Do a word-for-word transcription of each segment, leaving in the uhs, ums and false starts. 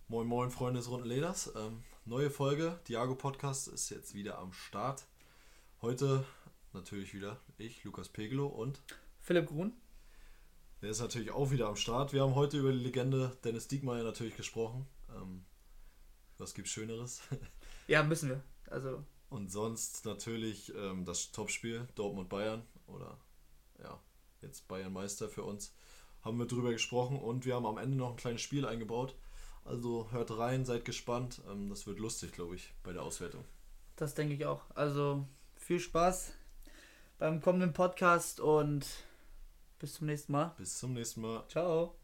Moin moin Freunde des Runden Leders. Ähm, neue Folge, Diago Podcast ist jetzt wieder am Start. Heute natürlich wieder ich, Lukas Pegelow und Philipp Grun. Der ist natürlich auch wieder am Start. Wir haben heute über die Legende Dennis Diekmeyer natürlich gesprochen. Ähm, was gibt's Schöneres? Ja, müssen wir. Also Und sonst natürlich ähm, das Topspiel Dortmund-Bayern oder ja, jetzt Bayern Meister für uns. Haben wir drüber gesprochen und wir haben am Ende noch ein kleines Spiel eingebaut. Also hört rein, seid gespannt. Ähm, das wird lustig, glaube ich, bei der Auswertung. das denke ich auch. Also viel Spaß beim kommenden Podcast und bis zum nächsten Mal. Bis zum nächsten Mal. Ciao.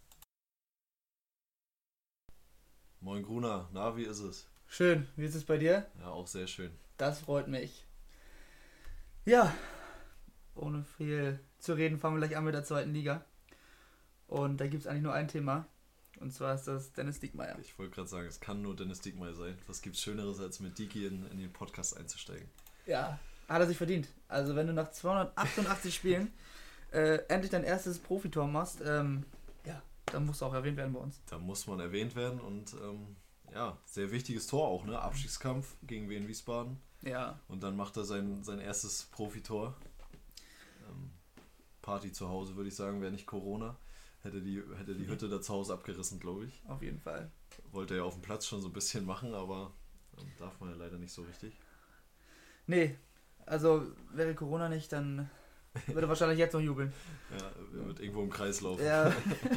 Moin Gruner, na, wie ist es? Schön. Wie ist es bei dir? Ja, auch sehr schön. Das freut mich. Ja, ohne viel zu reden, fangen wir gleich an mit der zweiten Liga. Und da gibt es eigentlich nur ein Thema. Und zwar ist das Dennis Diekmeyer. Ich wollte gerade sagen, es kann nur Dennis Diekmeyer sein. Was gibt's Schöneres, als mit Dieki in, in den Podcast einzusteigen? Ja, hat er sich verdient. Also wenn du nach zweihundertachtundachtzig Spielen äh, endlich dein erstes Profitor machst, ähm, ja, dann musst du auch erwähnt werden bei uns. Da muss man erwähnt werden und ähm, ja, sehr wichtiges Tor auch, ne? Abstiegskampf gegen Wien Wiesbaden. Ja, Und dann macht er sein, sein erstes Profitor. Ähm, Party zu Hause, würde ich sagen, wäre nicht Corona. Hätte die, hätte die Hütte da zu Hause abgerissen, glaube ich. auf jeden Fall. Wollte er ja auf dem Platz schon so ein bisschen machen, aber ähm, darf man ja leider nicht so richtig. Nee, also wäre Corona nicht, dann würde er wahrscheinlich jetzt noch jubeln. Ja, er wird irgendwo im Kreis laufen. Ja,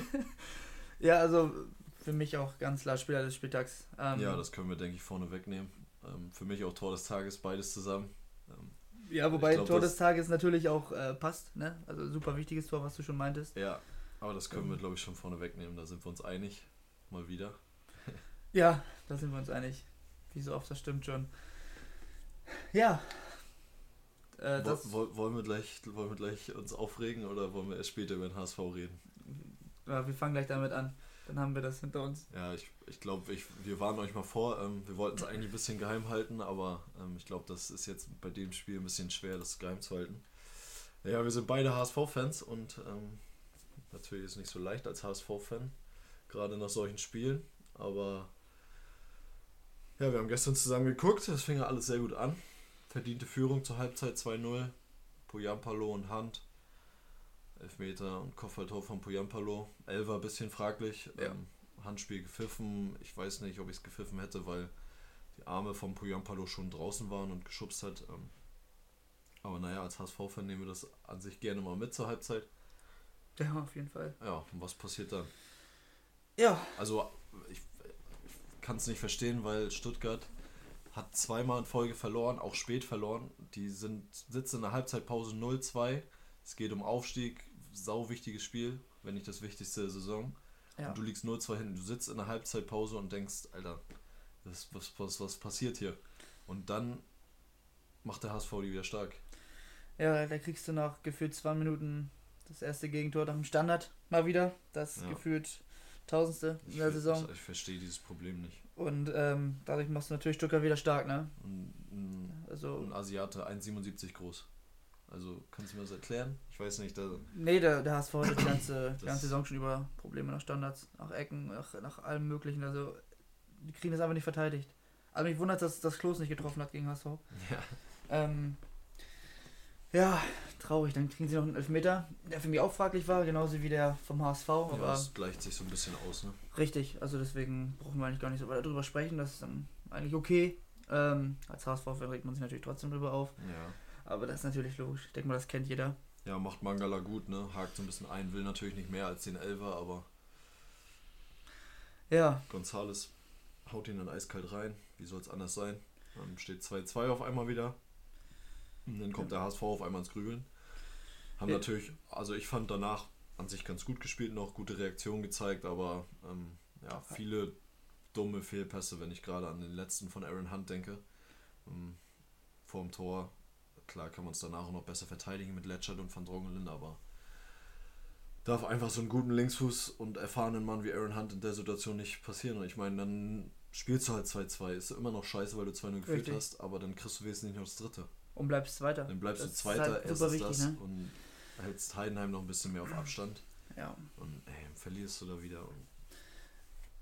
ja, also für mich auch ganz klar Spieler des Spieltags. Ähm, Ja, das können wir, denke ich, vorne wegnehmen. Ähm, für mich auch Tor des Tages, beides zusammen. Ähm, ja, wobei ich glaub, Tor das- des Tages natürlich auch äh, passt, ne? Also super wichtiges Tor, was du schon meintest. ja, aber das können wir, glaube ich, schon vorne wegnehmen. Da sind wir uns einig. Mal wieder. Ja, da sind wir uns einig. Wie so oft, das stimmt schon. Ja. Äh, das, Woll, wollen, wir gleich, wollen wir gleich uns aufregen oder wollen wir erst später über den H S V reden? ja, wir fangen gleich damit an. Dann haben wir das hinter uns. Ja, ich, ich glaube, ich, wir warnen euch mal vor. Ähm, wir wollten es eigentlich ein bisschen geheim halten, aber ähm, ich glaube, das ist jetzt bei dem Spiel ein bisschen schwer, das geheim zu halten. Ja, wir sind beide H S V-Fans und ähm, natürlich ist es nicht so leicht als H S V-Fan, gerade nach solchen Spielen. Aber ja, wir haben gestern zusammen geguckt, es fing ja alles sehr gut an. Verdiente Führung zur Halbzeit zwei null. Poyampalo und Hand. Elfmeter und Kopfballtor von Poyampalo. Elfer ein bisschen fraglich. Ja. Ähm, Handspiel gepfiffen. Ich weiß nicht, ob ich es gepfiffen hätte, weil die Arme von Poyampalo schon draußen waren und geschubst hat. Ähm, aber naja, als H S V-Fan nehmen wir das an sich gerne mal mit zur Halbzeit. Ja, auf jeden Fall. Ja, und was passiert dann? Ja, Also, ich, ich kann es nicht verstehen, weil Stuttgart hat zweimal in Folge verloren, auch spät verloren. Die sind sitzen in der Halbzeitpause null zwei. Es geht um Aufstieg, sau wichtiges Spiel, wenn nicht das wichtigste der Saison. ja. Und du liegst null zwei hinten. Du sitzt in der Halbzeitpause und denkst, Alter, das, was, was, was passiert hier? Und dann macht der H S V die wieder stark. Ja, da kriegst du nach gefühlt zwei Minuten das erste Gegentor nach dem Standard mal wieder. Das Ja. gefühlt tausendste in Ich, der ver- Saison. ich, ich verstehe dieses Problem nicht. Und ähm, dadurch machst du natürlich Stuttgart wieder stark, ne? Ein, ein, Also, ein Asiate, eins Komma siebenundsiebzig groß. Also, kannst du mir das erklären? Ich weiß nicht, da, nee, der, der H S V hatte die ganze, die Das- ganze Saison schon über Probleme nach Standards, nach Ecken, nach, nach allem möglichen. Also, die kriegen das einfach nicht verteidigt. Also, mich wundert, dass das Klos nicht getroffen hat gegen H S V. ja, Ähm, ja, traurig. Dann kriegen sie noch einen Elfmeter, der für mich auch fraglich war, genauso wie der vom H S V. ja, Aber das gleicht sich so ein bisschen aus, ne? richtig, also deswegen brauchen wir eigentlich gar nicht so weiter drüber sprechen. Das ist dann eigentlich okay. Ähm, als H S V-Fan regt man sich natürlich trotzdem drüber auf. Ja. Aber das ist natürlich logisch. Ich denke mal, das kennt jeder. Ja, macht Mangala gut, ne? Hakt so ein bisschen ein, will natürlich nicht mehr als den Elfer, aber Ja, Gonzales haut ihn dann eiskalt rein. Wie soll es anders sein? Dann steht zwei zwei auf einmal wieder. Und dann kommt der H S V auf einmal ins Grübeln. Haben Ja. natürlich, also ich fand danach an sich ganz gut gespielt, noch gute Reaktionen gezeigt, aber ähm, ja, viele dumme Fehlpässe, wenn ich gerade an den letzten von Aaron Hunt denke. Ähm, vorm Tor. Klar kann man es danach auch noch besser verteidigen mit Letschert und Van Drongelen, aber darf einfach so einen guten Linksfuß und erfahrenen Mann wie Aaron Hunt in der Situation nicht passieren. Und ich meine, dann spielst du halt zwei zwei. Ist immer noch scheiße, weil du zwei null geführt Richtig. hast, aber dann kriegst du wenigstens nicht noch das dritte. und bleibst Zweiter. Dann bleibst Das du ist Zweiter, halt erstens super wichtig, das ne? und hältst Heidenheim noch ein bisschen mehr auf Abstand. Ja. Und ey, verlierst du da wieder. Und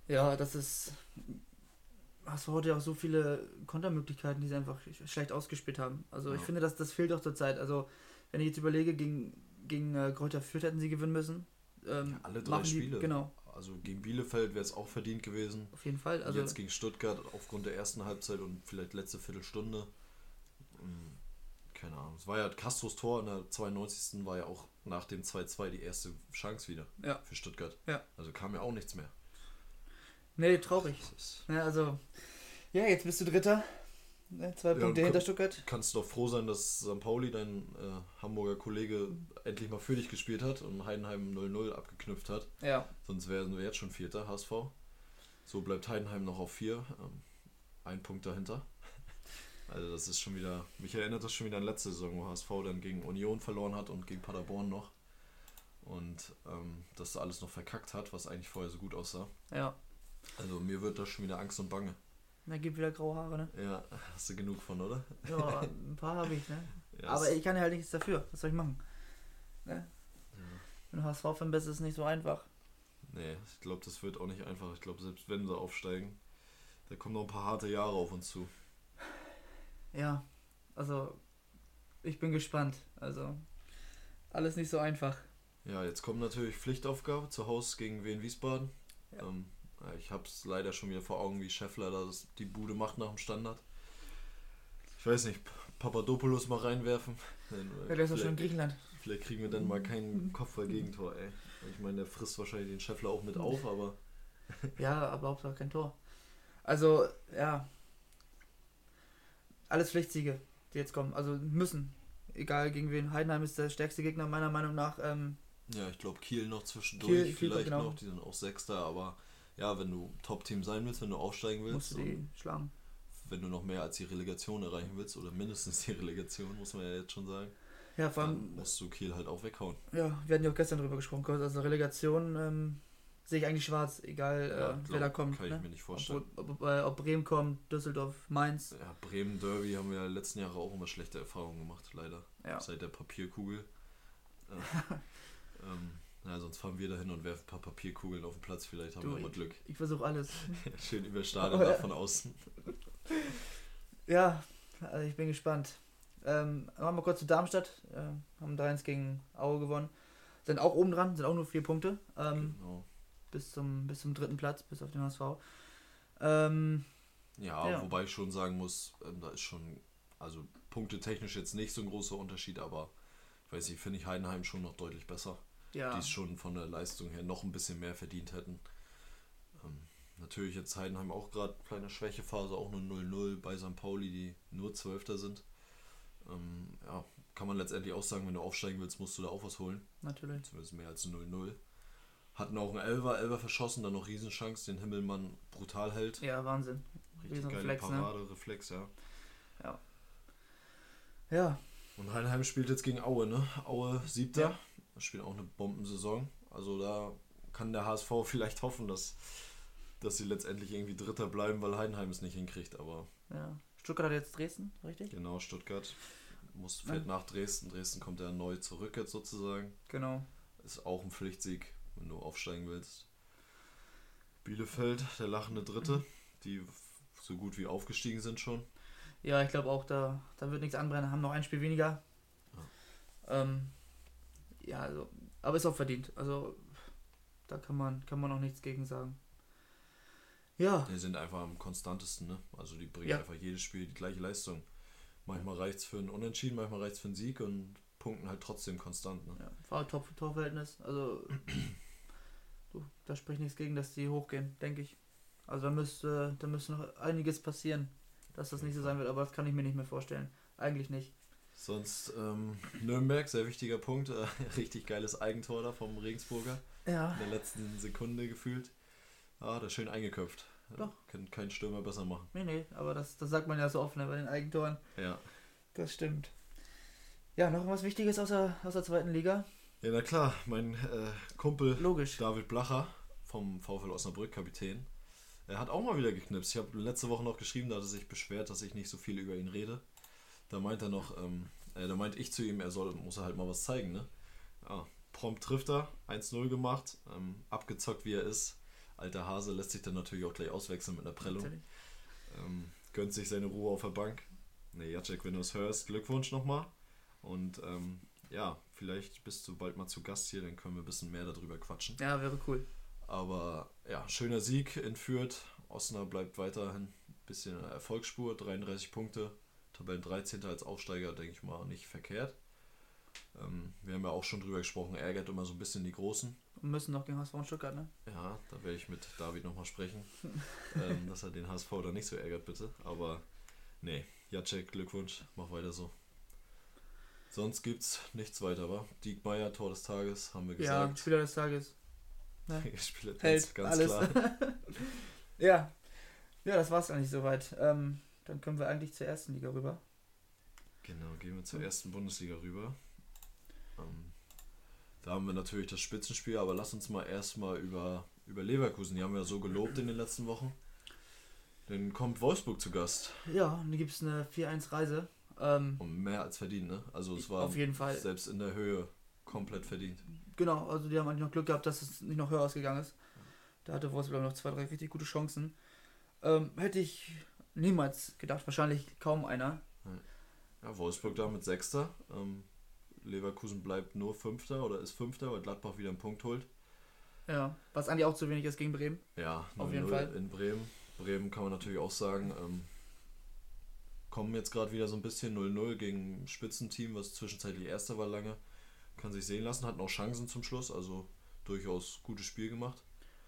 Ja, das ist. Hast du heute auch so viele Kontermöglichkeiten, die sie einfach schlecht ausgespielt haben. Also Ja. ich finde, dass das fehlt auch zur Zeit. Also wenn ich jetzt überlege, gegen, gegen äh, Greuther Fürth hätten sie gewinnen müssen. Ähm, Ja, alle drei machen die, Spiele. Genau, Also gegen Bielefeld wäre es auch verdient gewesen. auf jeden Fall. Also Jetzt gegen Stuttgart aufgrund der ersten Halbzeit und vielleicht letzte Viertelstunde. Hm, Keine Ahnung. Es war ja Castros Tor in der zweiundneunzigsten war ja auch nach dem zwei zwei die erste Chance wieder ja, für Stuttgart. ja. Also kam ja auch nichts mehr. Nee, traurig. Das ist, Ja, also, ja, jetzt bist du Dritter. Ne, zwei Ja, Punkte und hinter ko- Stuttgart. kannst doch froh sein, dass Sankt Pauli, dein äh, Hamburger Kollege, endlich mal für dich gespielt hat und Heidenheim null null abgeknüpft hat. Ja, Sonst wären wir jetzt schon Vierter, H S V. So bleibt Heidenheim noch auf vier. Ähm, ein Punkt dahinter. Also das ist schon wieder, mich erinnert das schon wieder an letzte Saison, wo H S V dann gegen Union verloren hat und gegen Paderborn noch. Und ähm, das da alles noch verkackt hat, was eigentlich vorher so gut aussah. ja. Also mir wird da schon wieder Angst und Bange. Da gibt wieder graue Haare, ne? Ja, hast du genug von, oder? Ja, ein paar habe ich, ne? Ja, Aber es- ich kann ja halt nichts dafür. Was soll ich machen? Ne? Wenn du H S V-Fan bist, ist es nicht so einfach. Nee, ich glaube, das wird auch nicht einfach. Ich glaube, selbst wenn sie aufsteigen, da kommen noch ein paar harte Jahre auf uns zu. Ja, also ich bin gespannt. Also alles nicht so einfach. Ja, jetzt kommt natürlich Pflichtaufgabe zu Hause gegen Wien Wiesbaden. Ja. Ähm, ja, ich habe es leider schon wieder vor Augen, wie Scheffler da das, die Bude macht nach dem Standard. Ich weiß nicht, Papadopoulos mal reinwerfen. Dann, äh, Ja, der ist doch vielleicht- schon in Griechenland. Vielleicht kriegen wir dann mal kein Kopfball-Gegentor, ey. Ich meine, der frisst wahrscheinlich den Scheffler auch mit auf, aber Ja, aber Hauptsache kein Tor. Also, ja. Alles Pflichtsiege, die jetzt kommen. Also müssen. Egal gegen wen. Heidenheim ist der stärkste Gegner meiner Meinung nach. Ähm, ja, ich glaube Kiel noch zwischendurch, Kiel- Kiel, vielleicht genau. noch, die sind auch Sechster, aber ja, wenn du Top-Team sein willst, wenn du aufsteigen willst, musst du die schlagen. wenn du noch mehr als die Relegation erreichen willst, oder mindestens die Relegation, muss man ja jetzt schon sagen, Ja, vor dann allem, musst du Kiel halt auch weghauen. ja, wir hatten ja auch gestern drüber gesprochen, kurz. Also Relegation ähm, sehe ich eigentlich schwarz, egal äh, Ja, wer glaub, da kommt. Kann ich Ne? mir nicht vorstellen. Ob, ob, äh, ob Bremen kommt, Düsseldorf, Mainz. Ja, Bremen Derby haben wir ja letzten Jahre auch immer schlechte Erfahrungen gemacht, leider. Ja. Seit der Papierkugel. Äh, ähm, ja, sonst fahren wir dahin und werfen ein paar Papierkugeln auf den Platz, vielleicht haben Du, wir auch mal Glück. Ich versuche alles. Schön über Stadion Oh, ja. da von außen. Ja, also ich bin gespannt. Ähm, machen wir kurz zu Darmstadt. Äh, haben drei eins gegen Aue gewonnen. Sind auch oben dran, sind auch nur vier Punkte. Ähm, Genau. bis, zum, bis zum dritten Platz, bis auf den H S V. Ähm, Ja, Ja. wobei ich schon sagen muss, ähm, da ist schon, also punktetechnisch jetzt nicht so ein großer Unterschied, aber ich weiß nicht, finde ich Heidenheim schon noch deutlich besser. ja, Die es schon von der Leistung her noch ein bisschen mehr verdient hätten. Ähm, natürlich jetzt Heidenheim auch gerade kleine Schwächephase, auch nur null null bei Sankt Pauli, die nur Zwölfter sind. Ähm, ja, kann man letztendlich auch sagen, wenn du aufsteigen willst, musst du da auch was holen. natürlich. Zumindest mehr als null null. Hatten auch einen Elfer, Elfer verschossen, dann noch Riesenchance, den Himmelmann brutal hält. Ja, Wahnsinn. Richtig geile Riesenreflex, ne? Parade, Reflex, ja. Ja, Und Heidenheim spielt jetzt gegen Aue, ne? Aue siebter. Ja. Das spielt auch eine Bombensaison. Also da kann der H S V vielleicht hoffen, dass, dass sie letztendlich irgendwie Dritter bleiben, weil Heidenheim es nicht hinkriegt. Aber ja. Stuttgart hat jetzt Dresden, richtig? genau, Stuttgart muss, fährt nach Dresden. Dresden kommt ja neu zurück jetzt sozusagen. Genau. Ist auch ein Pflichtsieg, wenn du aufsteigen willst. Bielefeld, der lachende Dritte, die so gut wie aufgestiegen sind schon. Ja, ich glaube auch, da, da wird nichts anbrennen. Haben noch ein Spiel weniger. Ja, ähm, ja also, aber ist auch verdient. Also, da kann man, kann man auch nichts gegen sagen. Ja, Die sind einfach am konstantesten, ne? Also die bringen Ja. einfach jedes Spiel die gleiche Leistung. Manchmal reicht es für einen Unentschieden, manchmal reicht es für einen Sieg und punkten halt trotzdem konstant, ne? ja war Top-Torverhältnis. Also, du, da spricht nichts gegen, dass die hochgehen, denke ich. Also, da müsste, da müsste noch einiges passieren, dass das nicht so sein wird. Aber das kann ich mir nicht mehr vorstellen. Eigentlich nicht. Sonst ähm, Nürnberg, sehr wichtiger Punkt. Äh, richtig geiles Eigentor da vom Regensburger. Ja, In der letzten Sekunde gefühlt. Ah, da schön eingeköpft. Doch. Kann kein Stürmer besser machen. nee, nee, aber das, das sagt man ja so oft, ne, bei den Eigentoren. Ja. Das stimmt. Ja, noch was Wichtiges aus der, aus der zweiten Liga? Ja, na klar, mein äh, Kumpel Logisch. David Blacher vom VfL Osnabrück, Kapitän, er hat auch mal wieder geknipst. Ich habe letzte Woche noch geschrieben, da hat er sich beschwert, dass ich nicht so viel über ihn rede. Da meint er noch, ähm, äh, da meint ich zu ihm, er soll, muss er halt mal was zeigen, ne? Ja, prompt trifft er, eins null gemacht, ähm, abgezockt wie er ist. alter Hase lässt sich dann natürlich auch gleich auswechseln mit einer Prellung. Ähm, gönnt sich seine Ruhe auf der Bank. Ne, Jacek, wenn du es hörst, Glückwunsch nochmal. Und ähm, ja, vielleicht bist du bald mal zu Gast hier, dann können wir ein bisschen mehr darüber quatschen. Ja, wäre cool. Aber ja, schöner Sieg in Fürth. Osnabrück bleibt weiterhin ein bisschen eine Erfolgsspur, dreiunddreißig Punkte. Tabellen dreizehnter als Aufsteiger, denke ich mal, nicht verkehrt. Ähm, wir haben ja auch schon drüber gesprochen, ärgert immer so ein bisschen die Großen. Wir müssen noch gegen H S V und Stuttgart, ne? Ja, da werde ich mit David nochmal sprechen, ähm, dass er den H S V da nicht so ärgert, bitte. Aber nee, Jacek, Glückwunsch, mach weiter so. Sonst gibt's nichts weiter, wa? Diekmeyer, Tor des Tages, haben wir gesagt. Ja, Spieler des Tages. Ne? Spieler des Hält, ganz alles. klar. ja. Ja, das war's eigentlich soweit. Ähm, dann können wir eigentlich zur ersten Liga rüber. Genau, gehen wir zur ersten Bundesliga rüber. Ähm, da haben wir natürlich das Spitzenspiel, aber lass uns mal erstmal über, über Leverkusen, die haben wir ja so gelobt in den letzten Wochen. Dann kommt Wolfsburg zu Gast. Ja, und da gibt es eine vier eins Reise. Ähm, Und mehr als verdient, ne? Also es war auf jeden Fall. Selbst in der Höhe komplett verdient. Genau, also die haben eigentlich noch Glück gehabt, dass es nicht noch höher ausgegangen ist. Da hatte Wolfsburg noch zwei, drei richtig gute Chancen. Ähm, hätte ich niemals gedacht, wahrscheinlich kaum einer. Ja, Wolfsburg da mit Sechster. Ähm, Leverkusen bleibt nur Fünfter oder ist Fünfter, weil Gladbach wieder einen Punkt holt. Ja, was eigentlich auch zu wenig ist gegen Bremen. Ja, auf jeden Fall. In Bremen. Bremen kann man natürlich auch sagen, ähm, kommen jetzt gerade wieder so ein bisschen null null gegen ein Spitzenteam, was zwischenzeitlich Erster war lange. Kann sich sehen lassen, hatten auch Chancen zum Schluss, also durchaus gutes Spiel gemacht.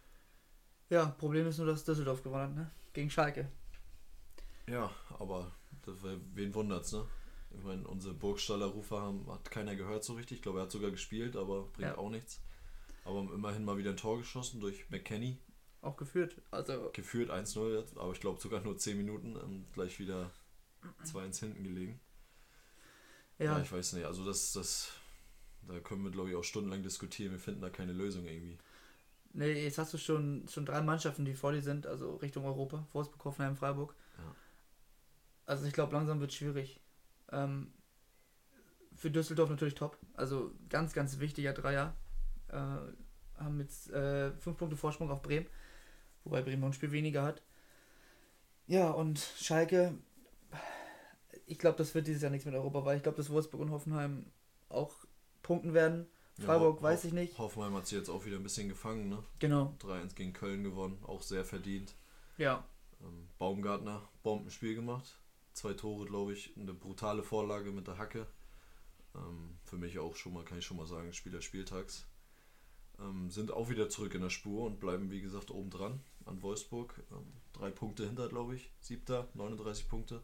Ja, Problem ist nur, dass Düsseldorf gewonnen hat, ne? Gegen Schalke. Ja, aber das, wen wundert's, ne? Ich meine, unsere Burgstaller Rufer haben, hat keiner gehört so richtig. Ich glaube, er hat sogar gespielt, aber bringt Ja. auch nichts. Aber immerhin mal wieder ein Tor geschossen durch McKennie. Auch geführt. Also Geführt eins null jetzt, aber ich glaube sogar nur zehn Minuten und gleich wieder zwei eins hinten gelegen. Ja. ja, ich weiß nicht. Also das, das, da können wir glaube ich auch stundenlang diskutieren. Wir finden da keine Lösung irgendwie. Nee, jetzt hast du schon, schon drei Mannschaften, die vor dir sind, also Richtung Europa. Wolfsburg, Hoffenheim, Freiburg. Ja. Also ich glaube, langsam wird es schwierig. Ähm, für Düsseldorf natürlich top. Also ganz, ganz wichtiger Dreier. Äh, haben jetzt äh, fünf Punkte Vorsprung auf Bremen. Wobei Bremen noch ein Spiel weniger hat. Ja, und Schalke, ich glaube, das wird dieses Jahr nichts mit Europa, weil ich glaube, dass Wolfsburg und Hoffenheim auch punkten werden. Freiburg ja, weiß ich nicht. Hoffenheim hat sich jetzt auch wieder ein bisschen gefangen, ne? Genau. drei eins gegen Köln gewonnen, auch sehr verdient. Ja. Ähm, Baumgartner, Bombenspiel gemacht. Zwei Tore, glaube ich, eine brutale Vorlage mit der Hacke. Ähm, für mich auch schon mal, kann ich schon mal sagen, Spieler Spieltags. Ähm, sind auch wieder zurück in der Spur und bleiben, wie gesagt, oben dran an Wolfsburg. Ähm, drei Punkte hinter, glaube ich. Siebter, neununddreißig Punkte.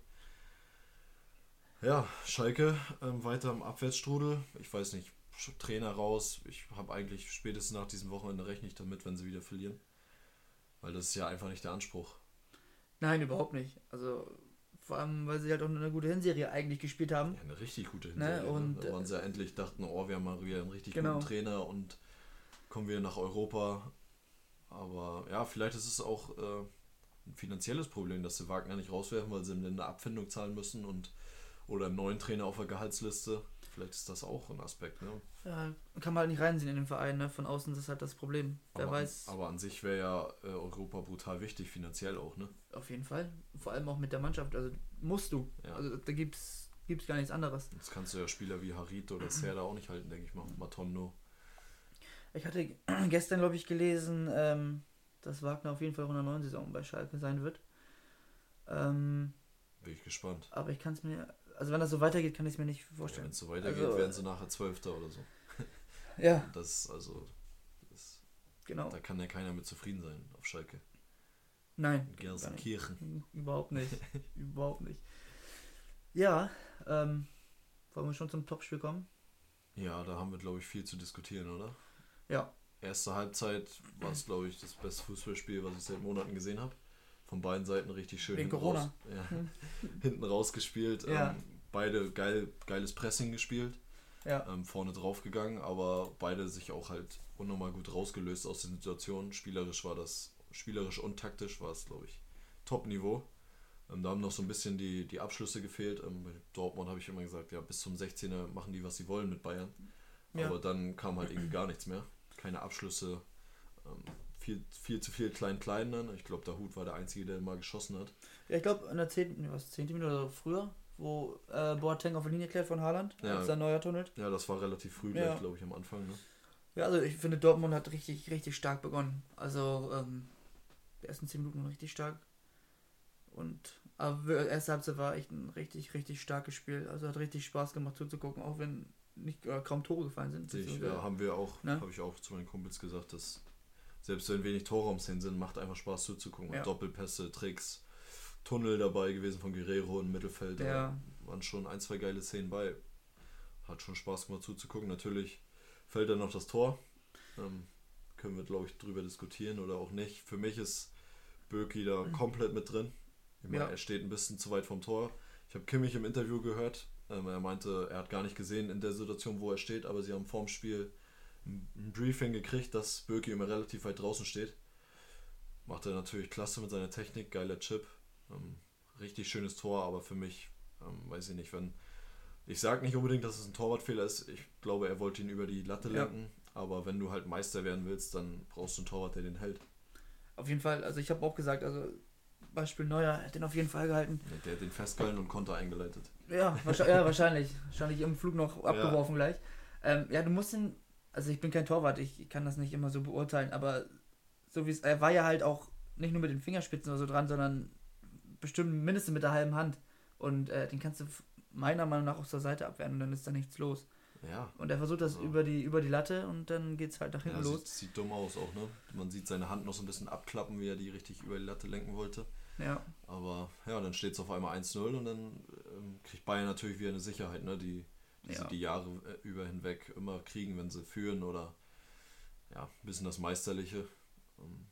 Ja, Schalke ähm, weiter im Abwärtsstrudel. Ich weiß nicht, Trainer raus. Ich habe eigentlich spätestens nach diesem Wochenende rechne ich damit, wenn sie wieder verlieren. Weil das ist ja einfach nicht der Anspruch. Nein, überhaupt nicht. Also vor allem, weil sie halt auch eine gute Hinserie eigentlich gespielt haben. Ja, eine richtig gute Hinserie. Ne? Und, ne? Da waren sie ja endlich, dachten, oh, wir haben mal wieder einen richtig genau. guten Trainer und kommen wir nach Europa. Aber ja, vielleicht ist es auch äh, ein finanzielles Problem, dass sie Wagner nicht rauswerfen, weil sie eine Abfindung zahlen müssen und oder einen neuen Trainer auf der Gehaltsliste. Vielleicht ist das auch ein Aspekt, ne? Ja, kann man halt nicht reinsehen in den Verein, ne? Von außen ist das halt das Problem. Wer aber, weiß. Aber an sich wäre ja äh, Europa brutal wichtig, finanziell auch, ne? Auf jeden Fall. Vor allem auch mit der Mannschaft. Also musst du. Ja. Also da gibt's, gibt's gar nichts anderes. Jetzt kannst du ja Spieler wie Harit oder Serda auch nicht halten, denke ich mal. Matondo. Ich hatte gestern, glaube ich, gelesen, ähm, dass Wagner auf jeden Fall auch in der neuen Saison bei Schalke sein wird. Ähm, Bin ich gespannt. aber ich kann es mir, also wenn das so weitergeht, kann ich es mir nicht Ja, vorstellen. wenn es so weitergeht, Also, werden sie nachher Zwölfter oder so. Ja, Das, also, das, genau. da kann ja keiner mit zufrieden sein auf Schalke. Nein. In Gelsenkirchen. Überhaupt nicht. Überhaupt nicht. Ja, ähm, wollen wir schon zum Topspiel kommen? Ja, da haben wir, glaube ich, viel zu diskutieren, oder? Ja. Erste Halbzeit war es, glaube ich, das beste Fußballspiel, was ich seit Monaten gesehen habe. Von beiden Seiten richtig schön Wegen hinten Corona. raus. Ja, hinten rausgespielt. Ja. Ähm, beide geil, geiles Pressing gespielt. Ja. Ähm, vorne drauf gegangen, aber beide sich auch halt unnormal gut rausgelöst aus den Situationen. Spielerisch war das, spielerisch und taktisch war es, glaube ich, Top-Niveau. Ähm, da haben noch so ein bisschen die, die Abschlüsse gefehlt. Ähm, bei Dortmund habe ich immer gesagt, ja, bis zum sechzehner machen die, was sie wollen mit Bayern. Ja. Aber dann kam halt irgendwie gar nichts mehr. Keine Abschlüsse. Ähm, viel, viel zu viel Klein-Klein dann. Ich glaube, der Hut war der Einzige, der mal geschossen hat. Ja, ich glaube, in der zehnten. was, zehnten Minute oder früher, wo äh, Boateng auf der Linie klärt von Haaland, Ja. als er neuer tunnelt. Ja, das war relativ früh, Ja. glaube ich, am Anfang. Ne? Ja, also ich finde, Dortmund hat richtig, richtig stark begonnen. Also, ähm, die ersten zehn Minuten richtig stark. Und, aber erste Halbzeit war echt ein richtig, richtig starkes Spiel. Also hat richtig Spaß gemacht zuzugucken, auch wenn nicht äh, kaum Tore gefallen sind. Sehe ich, beziehungsweise- ja, haben wir auch, Ne? habe ich auch zu meinen Kumpels gesagt, dass selbst wenn wenig Torraumszenen sind, macht einfach Spaß zuzugucken. Ja. Und Doppelpässe, Tricks, Tunnel dabei gewesen von Guerrero im Mittelfeld. Ja. Da waren schon ein, zwei geile Szenen bei. Hat schon Spaß gemacht zuzugucken. Natürlich fällt dann noch das Tor. Ähm, können wir, glaube ich, drüber diskutieren oder auch nicht. Für mich ist Böki da komplett mit drin. Ich meine, Ja. er steht ein bisschen zu weit vom Tor. Ich habe Kimmich im Interview gehört. Ähm, er meinte, er hat gar nicht gesehen in der Situation, wo er steht, aber sie haben vorm Spiel ein ein Briefing gekriegt, dass Böki immer relativ weit draußen steht. Macht er natürlich klasse mit seiner Technik, geiler Chip. Ähm, richtig schönes Tor, aber für mich, ähm, weiß ich nicht, wenn. Ich sage nicht unbedingt, dass es ein Torwartfehler ist. Ich glaube, er wollte ihn über die Latte Ja. lenken. Aber wenn du halt Meister werden willst, dann brauchst du einen Torwart, der den hält. Auf jeden Fall, also ich habe auch gesagt, also Beispiel Neuer hat den auf jeden Fall gehalten. Der hat den festgehalten und Konter eingeleitet. Ja, wahrscheinlich, ja, wahrscheinlich. Wahrscheinlich im Flug noch abgeworfen gleich. Ähm, ja, du musst ihn, also ich bin kein Torwart, ich kann das nicht immer so beurteilen, aber so wie es, er war ja halt auch nicht nur mit den Fingerspitzen oder so dran, sondern bestimmt mindestens mit der halben Hand. Und äh, den kannst du f- meiner Meinung nach aus der Seite abwehren und dann ist da nichts los. Ja. Und er versucht das Also- über die über die Latte und dann geht's halt nach Ja, hinten sieht, los. sieht dumm aus auch, ne? Man sieht seine Hand noch so ein bisschen abklappen, wie er die richtig über die Latte lenken wollte. Ja, Aber ja, dann steht es auf einmal eins null und dann ähm, kriegt Bayern natürlich wieder eine Sicherheit, ne? Die, die Ja. sie die Jahre äh, über hinweg immer kriegen, wenn sie führen oder ja, ein bisschen das Meisterliche. Ähm,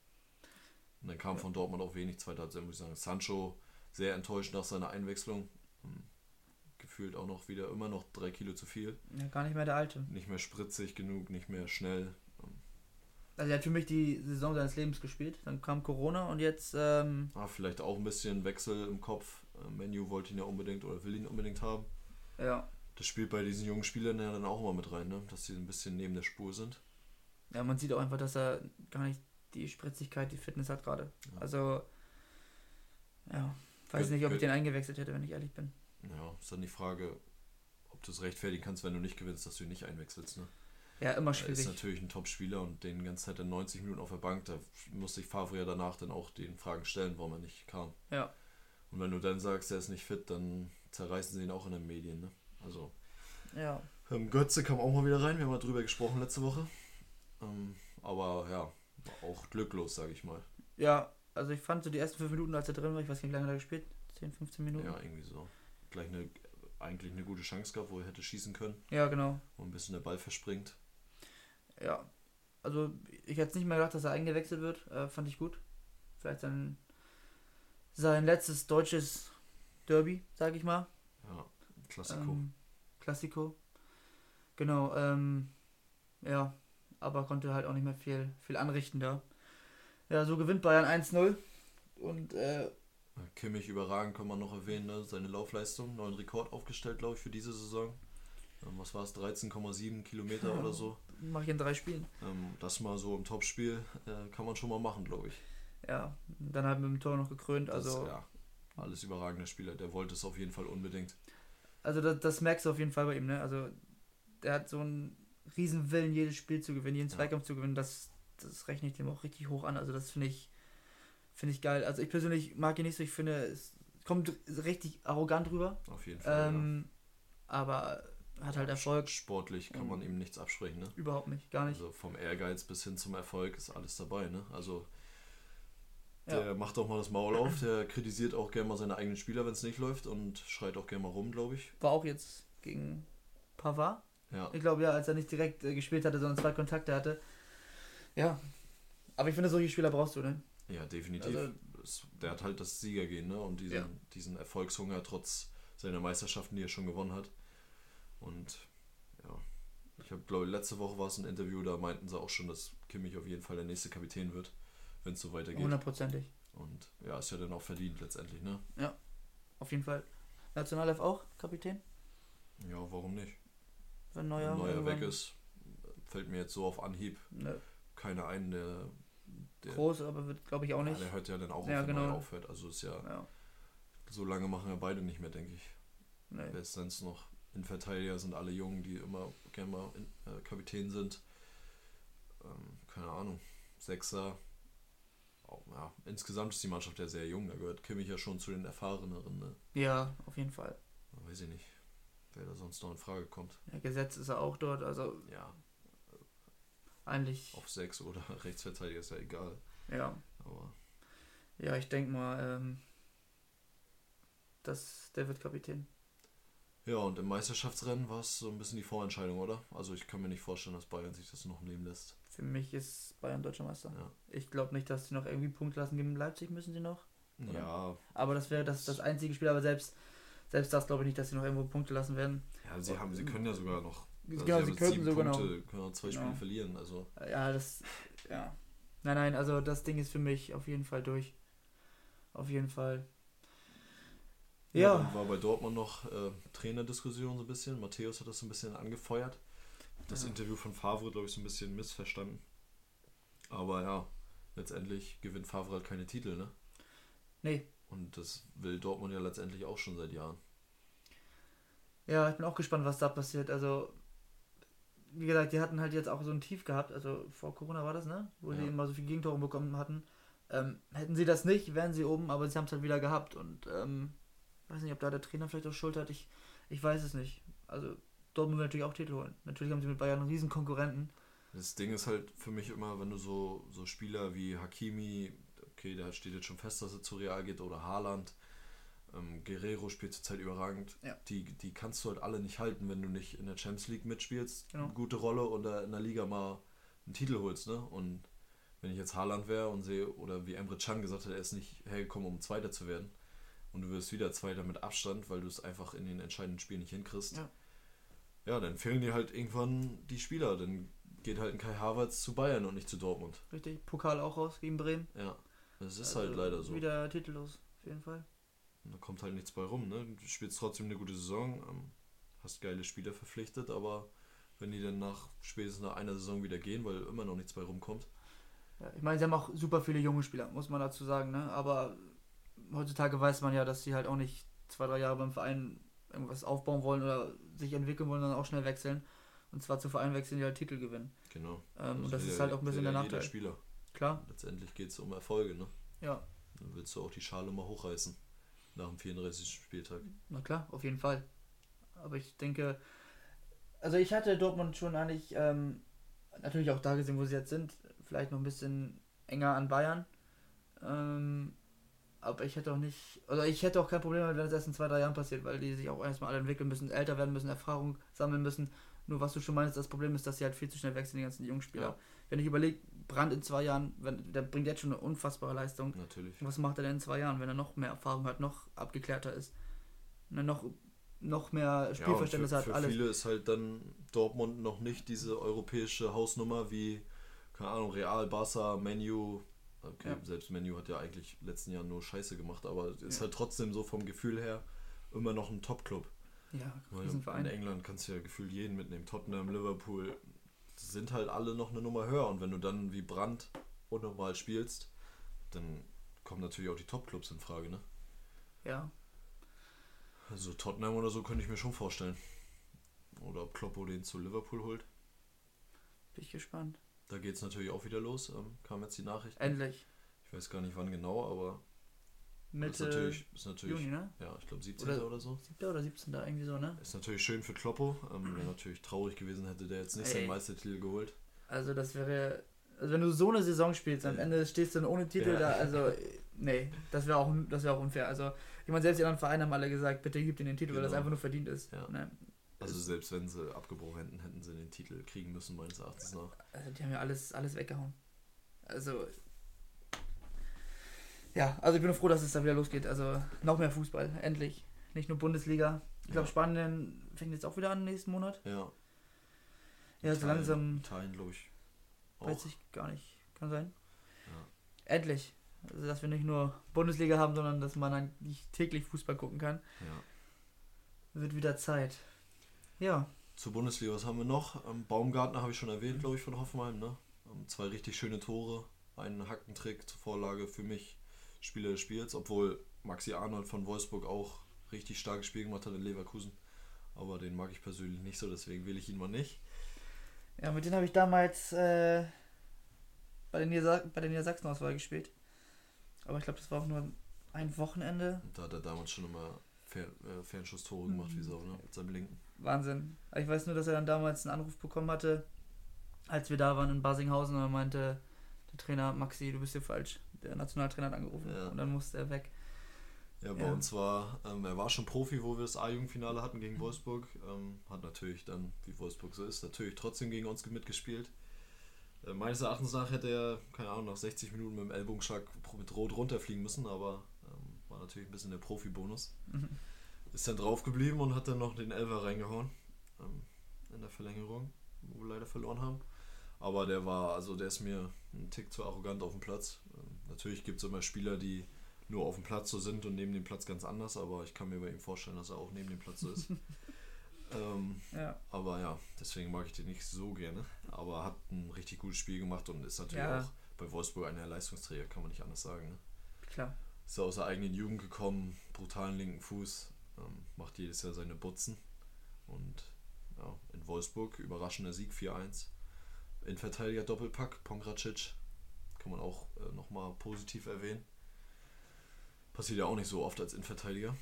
und dann kam Ja. von Dortmund auch wenig, zweite Halbzeit, muss ich sagen. Sancho sehr enttäuscht nach seiner Einwechslung. Ähm, gefühlt auch noch wieder immer noch drei Kilo zu viel. ja, gar nicht mehr der Alte. Nicht mehr spritzig genug, nicht mehr schnell. Ähm, Also er hat für mich die Saison seines Lebens gespielt. Dann kam Corona und jetzt, ähm, ah, vielleicht auch ein bisschen Wechsel im Kopf. Äh, Menu wollte ihn ja unbedingt oder will ihn unbedingt haben. ja, Das spielt bei diesen jungen Spielern ja dann auch immer mit rein, ne? Dass sie ein bisschen neben der Spur sind. ja, man sieht auch einfach, dass er gar nicht die Spritzigkeit, die Fitness hat gerade. Ja. Also, ja, weiß Gött- nicht, ob ich Gött- den eingewechselt hätte, wenn ich ehrlich bin. Ja, ist dann die Frage, ob du es rechtfertigen kannst, wenn du nicht gewinnst, dass du ihn nicht einwechselst. Ne? Ja, immer Er schwierig. ist natürlich ein Top-Spieler und den ganze Zeit in neunzig Minuten auf der Bank, da musste ich Favre ja danach dann auch den Fragen stellen, warum er nicht kam. Ja, Und wenn du dann sagst, er ist nicht fit, dann zerreißen sie ihn auch in den Medien. Ne? Also, ja. ähm, Götze kam auch mal wieder rein, wir haben mal drüber gesprochen letzte Woche. Ähm, aber ja, war auch glücklos, sage ich mal. Ja, also ich fand so die ersten fünf Minuten, als er drin war, ich weiß nicht, wie lange er da gespielt, zehn, fünfzehn Minuten. Ja, irgendwie so. Gleich eine, eigentlich eine gute Chance gehabt, wo er hätte schießen können, Ja, genau. wo ein bisschen der Ball verspringt. Ja, also ich hätte nicht mehr gedacht, dass er eingewechselt wird. Äh, fand ich gut. Vielleicht sein, sein letztes deutsches Derby, sag ich mal. Ja, Klassiko. Ähm, Klassiko. Genau, ähm, ja, aber konnte halt auch nicht mehr viel, viel anrichten da. Ja, so gewinnt Bayern eins null. Und äh, Kimmich überragend, kann man noch erwähnen, ne? Seine Laufleistung, neuen Rekord aufgestellt, glaube ich, für diese Saison. Ähm, was war es, dreizehn Komma sieben Kilometer Ja. oder so. mache ich in drei Spielen. Ähm, das mal so im Topspiel äh, kann man schon mal machen, glaube ich. Ja, dann halt mit dem Tor noch gekrönt. Das, Also, ja, alles überragender Spieler, der wollte es auf jeden Fall unbedingt. also das, das merkst du auf jeden Fall bei ihm, ne? Also der hat so einen riesen Willen, jedes Spiel zu gewinnen, jeden Ja. Zweikampf zu gewinnen. Das, das rechne ich dem auch richtig hoch an. Also das finde ich, finde ich geil. Also ich persönlich mag ihn nicht so. Ich finde, es kommt richtig arrogant rüber. Auf jeden Fall. Ähm, aber hat halt ja. Erfolg. Sportlich kann man ihm nichts absprechen, ne? Überhaupt nicht, gar nicht. Also vom Ehrgeiz bis hin zum Erfolg ist alles dabei, ne? Also Ja. der macht auch mal das Maul auf, der kritisiert auch gerne mal seine eigenen Spieler, wenn es nicht läuft und schreit auch gerne mal rum, glaube ich. War auch jetzt gegen Pavard. Ja, Ich glaube ja, als er nicht direkt äh, gespielt hatte, sondern zwei Kontakte hatte. Ja. Aber ich finde, solche Spieler brauchst du, ne? ja, definitiv. Also- Es- der hat halt das Siegergehen, ne? Und diesen, Ja. diesen Erfolgshunger trotz seiner Meisterschaften, die er schon gewonnen hat. Und ja, ich habe, glaube letzte Woche war es ein Interview, da meinten sie auch schon, dass Kimmich auf jeden Fall der nächste Kapitän wird, wenn es so weitergeht. Hundertprozentig. Und ja, ist ja dann auch verdient letztendlich, ne? Auf jeden Fall. Nationalelf auch, Kapitän? Ja, warum nicht? Wenn Neuer, Wenn Neuer irgendwann- weg ist, fällt mir jetzt so auf Anhieb Ne. keiner ein, der der, groß, aber wird, glaube ich, auch ja, nicht. der hört ja dann auch Ja, auf, wenn genau. er aufhört. Also ist ja, Ja. so lange machen ja beide nicht mehr, denke ich. Nee. Wer ist sonst noch? Innenverteidiger sind alle Jungen, die immer gerne mal in, äh, Kapitän sind. Ähm, keine Ahnung. Sechser. Auch, ja, insgesamt ist die Mannschaft ja sehr jung. Da gehört Kimmich ja schon zu den Erfahreneren. Ne? Ja, auf jeden Fall. Weiß ich nicht, wer da sonst noch in Frage kommt. Ja, gesetzt ist er auch dort, also Ja, eigentlich. auf sechs oder Rechtsverteidiger ist ja egal. Ja. Aber Ja, ich denke mal, ähm, dass der wird Kapitän. ja, und im Meisterschaftsrennen war es so ein bisschen die Vorentscheidung, oder? Also ich kann mir nicht vorstellen, dass Bayern sich das noch nehmen lässt. Für mich ist Bayern deutscher Meister. Ja. Ich glaube nicht, dass sie noch irgendwie Punkt lassen gegen Leipzig, müssen sie noch. Oder? Ja. Aber das wäre das, das einzige Spiel, aber selbst, selbst das glaube ich nicht, dass sie noch irgendwo Punkte lassen werden. Ja, sie haben, sie können ja sogar noch. Genau, Also sie sie haben jetzt könnten sieben sogar Punkte, noch. können auch zwei Genau. Spiele verlieren. Also Ja, das. Ja. Nein, nein, also das Ding ist für mich auf jeden Fall durch. Auf jeden Fall. ja, Ja. dann war bei Dortmund noch äh, Trainerdiskussion so ein bisschen. Matthäus hat das so ein bisschen angefeuert. Das Ja. Interview von Favre, glaube ich, so ein bisschen missverstanden. Aber ja, letztendlich gewinnt Favre halt keine Titel, ne? Nee. Und das will Dortmund ja letztendlich auch schon seit Jahren. Ja, ich bin auch gespannt, was da passiert. Also, wie gesagt, die hatten halt jetzt auch so ein Tief gehabt. Also vor Corona war das, ne? Wo Ja. sie immer so viele Gegentore bekommen hatten. Ähm, hätten sie das nicht, wären sie oben, aber sie haben es halt wieder gehabt. Und ähm, weiß nicht, ob da der Trainer vielleicht auch Schuld hat. Ich, ich weiß es nicht. Also Dortmund will natürlich auch Titel holen. Natürlich haben sie mit Bayern einen riesen Konkurrenten. Das Ding ist halt für mich immer, wenn du so, so Spieler wie Hakimi, okay, da steht jetzt schon fest, dass er zu Real geht, oder Haaland, ähm, Guerrero spielt zurzeit überragend, Ja. die, die kannst du halt alle nicht halten, wenn du nicht in der Champions League mitspielst, Genau. eine gute Rolle, oder in der Liga mal einen Titel holst, ne? Und wenn ich jetzt Haaland wäre und sehe, oder wie Emre Can gesagt hat, er ist nicht hergekommen, um Zweiter zu werden, und du wirst wieder Zweiter mit Abstand, weil du es einfach in den entscheidenden Spielen nicht hinkriegst, Ja. ja, dann fehlen dir halt irgendwann die Spieler, dann geht halt ein Kai Havertz zu Bayern und nicht zu Dortmund. Richtig. Pokal auch raus gegen Bremen. Ja, das ist Also halt leider so. Wieder titellos, auf jeden Fall. Und da kommt halt nichts bei rum, ne? Du spielst trotzdem eine gute Saison, ähm, hast geile Spieler verpflichtet, aber wenn die dann nach spätestens nach einer Saison wieder gehen, weil immer noch nichts bei rumkommt. Ja, ich meine, sie haben auch super viele junge Spieler, muss man dazu sagen, ne? Aber heutzutage weiß man ja, dass sie halt auch nicht zwei, drei Jahre beim Verein irgendwas aufbauen wollen oder sich entwickeln wollen, sondern auch schnell wechseln. Und zwar zu Vereinen wechseln, die halt Titel gewinnen. Genau. Ähm, und das will ist ja- halt auch ein bisschen will der ja jeder Nachteil. Spieler. Klar, Letztendlich geht es um Erfolge, ne? ja, Dann willst du auch die Schale mal hochreißen. Nach dem vierunddreißigsten Spieltag. na klar, auf jeden Fall. Aber ich denke, also ich hatte Dortmund schon eigentlich ähm, natürlich auch da gesehen, wo sie jetzt sind. Vielleicht noch ein bisschen enger an Bayern. Ähm, aber ich hätte auch nicht, also ich hätte auch kein Problem, damit, wenn es erst in zwei, drei Jahren passiert, weil die sich auch erstmal alle entwickeln müssen, älter werden müssen, Erfahrung sammeln müssen. Nur was du schon meinst, das Problem ist, dass sie halt viel zu schnell wechseln, die ganzen Jungspieler. Ja. Wenn ich überlege, Brandt in zwei Jahren, wenn, der bringt jetzt schon eine unfassbare Leistung. Natürlich. Was macht er denn in zwei Jahren, wenn er noch mehr Erfahrung hat, noch abgeklärter ist, ne, noch, noch mehr Spielverständnis ja, und für, hat, für alles. viele ist halt dann Dortmund noch nicht diese europäische Hausnummer wie, keine Ahnung, Real, Barca, Man U. Okay, Ja. selbst Man U hat ja eigentlich letzten Jahr nur Scheiße gemacht, aber ist Ja. halt trotzdem so vom Gefühl her immer noch ein Top-Club. Ja, Weil diesen in Verein. England kannst du ja gefühlt jeden mitnehmen. Tottenham, Liverpool sind halt alle noch eine Nummer höher. Und wenn du dann wie Brandt unnormal spielst, dann kommen natürlich auch die Top-Clubs in Frage, ne? Ja, Also Tottenham oder so könnte ich mir schon vorstellen. Oder ob Kloppo den zu Liverpool holt. bin ich gespannt. Da geht es natürlich auch wieder los. Ähm, kam jetzt die Nachricht. Endlich. Ich weiß gar nicht wann genau, aber ist Mitte natürlich, ist natürlich Juni, ne? ja, ich glaube siebzehnten Oder- oder so. siebter oder siebzehnter irgendwie so, ne? Ist natürlich schön für Kloppo. Ähm, Wäre natürlich traurig gewesen, hätte der jetzt nicht Ey. seinen Meistertitel geholt. Also das wäre, also wenn du so eine Saison spielst, am Ja. Ende stehst du dann ohne Titel Ja. da, also nee, das wäre auch, das wäre auch unfair. Also ich meine, selbst die anderen Vereine haben alle gesagt, bitte gib ihm den Titel, weil das Genau. einfach nur verdient ist. Ja. Ne? Also selbst wenn sie abgebrochen hätten, hätten sie den Titel kriegen müssen, meines Erachtens nach. Also die haben ja alles, alles weggehauen. Also ja, also ich bin nur froh, dass es da wieder losgeht. Also noch mehr Fußball, endlich. Nicht nur Bundesliga. Ich glaube, Ja. Spanien fängt jetzt auch wieder an nächsten Monat. Ja. Ja, so Italien- langsam Italien, glaube ich. weiß Auch. ich gar nicht. Kann sein. Ja. Endlich. Also, dass wir nicht nur Bundesliga haben, sondern dass man eigentlich täglich Fußball gucken kann. Ja. Wird wieder Zeit. Ja, Zur Bundesliga, was haben wir noch? Ähm, Baumgartner habe ich schon erwähnt, glaube ich, von Hoffenheim, ne? Ähm, zwei richtig schöne Tore. einen Hackentrick zur Vorlage für mich Spieler des Spiels, obwohl Maxi Arnold von Wolfsburg auch richtig starkes Spiel gemacht hat in Leverkusen. Aber den mag ich persönlich nicht so, deswegen will ich ihn mal nicht. Ja, mit denen habe ich damals äh, bei der Niedersa- bei der Niedersachsen-Auswahl gespielt. Aber ich glaube, das war auch nur ein Wochenende. Und da hat er damals schon immer Fer- äh, Fernschusstore gemacht, wie so, ne? Mit seinem Linken. Wahnsinn. Ich weiß nur, dass er dann damals einen Anruf bekommen hatte, als wir da waren in Basinghausen, und er meinte, der Trainer, Maxi, du bist hier falsch. Der Nationaltrainer hat angerufen, Ja. und dann musste er weg. Ja, bei Ja. uns war, ähm, er war schon Profi, wo wir das A-Jugendfinale hatten gegen Wolfsburg. Ähm, hat natürlich dann, wie Wolfsburg so ist, natürlich trotzdem gegen uns mitgespielt. Äh, meines Erachtens nach hätte er, keine Ahnung, nach sechzig Minuten mit dem Ellbogenschlag mit Rot runterfliegen müssen, aber ähm, war natürlich ein bisschen der Profi-Bonus. Mhm. Ist dann drauf geblieben und hat dann noch den Elfer reingehauen ähm, in der Verlängerung, wo wir leider verloren haben. Aber der war, also der ist mir ein Tick zu arrogant auf dem Platz. Ähm, natürlich gibt es immer Spieler, die nur auf dem Platz so sind und neben dem Platz ganz anders, aber ich kann mir bei ihm vorstellen, dass er auch neben dem Platz so ist. ähm, Ja. aber ja, deswegen mag ich den nicht so gerne. Aber hat ein richtig gutes Spiel gemacht und ist natürlich Ja. auch bei Wolfsburg einer der Leistungsträger, kann man nicht anders sagen. Ne? Klar. Ist aus der eigenen Jugend gekommen, brutalen linken Fuß, ähm, macht jedes Jahr seine Butzen. Und ja, in Wolfsburg überraschender Sieg vier eins. Innenverteidiger Doppelpack, Pongracic, kann man auch äh, nochmal positiv erwähnen. Passiert ja auch nicht so oft als Innenverteidiger.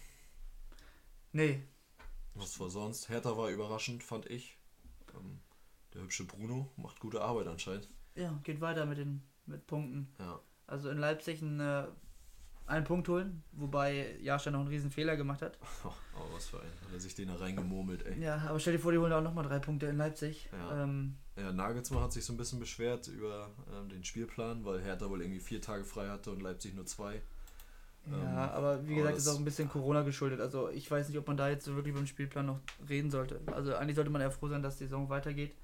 Nee. Was war sonst? Hertha war überraschend, fand ich. Ähm, der hübsche Bruno macht gute Arbeit anscheinend. Ja, geht weiter mit den mit Punkten. Ja. Also in Leipzig einen, äh, einen Punkt holen, wobei Jahrstein noch einen riesen Fehler gemacht hat. Oh, oh, was für ein. Hat er sich den da reingemurmelt, ey. Ja, aber stell dir vor, die holen auch nochmal drei Punkte in Leipzig. Ja. Ähm, Ja, Nagelsmann hat sich so ein bisschen beschwert über ähm, den Spielplan, weil Hertha wohl irgendwie vier Tage frei hatte und Leipzig nur zwei. ja, Ähm, aber wie aber gesagt, das- ist auch ein bisschen Corona geschuldet. Also ich weiß nicht, ob man da jetzt so wirklich beim Spielplan noch reden sollte. Also eigentlich sollte man eher froh sein, dass die Saison weitergeht.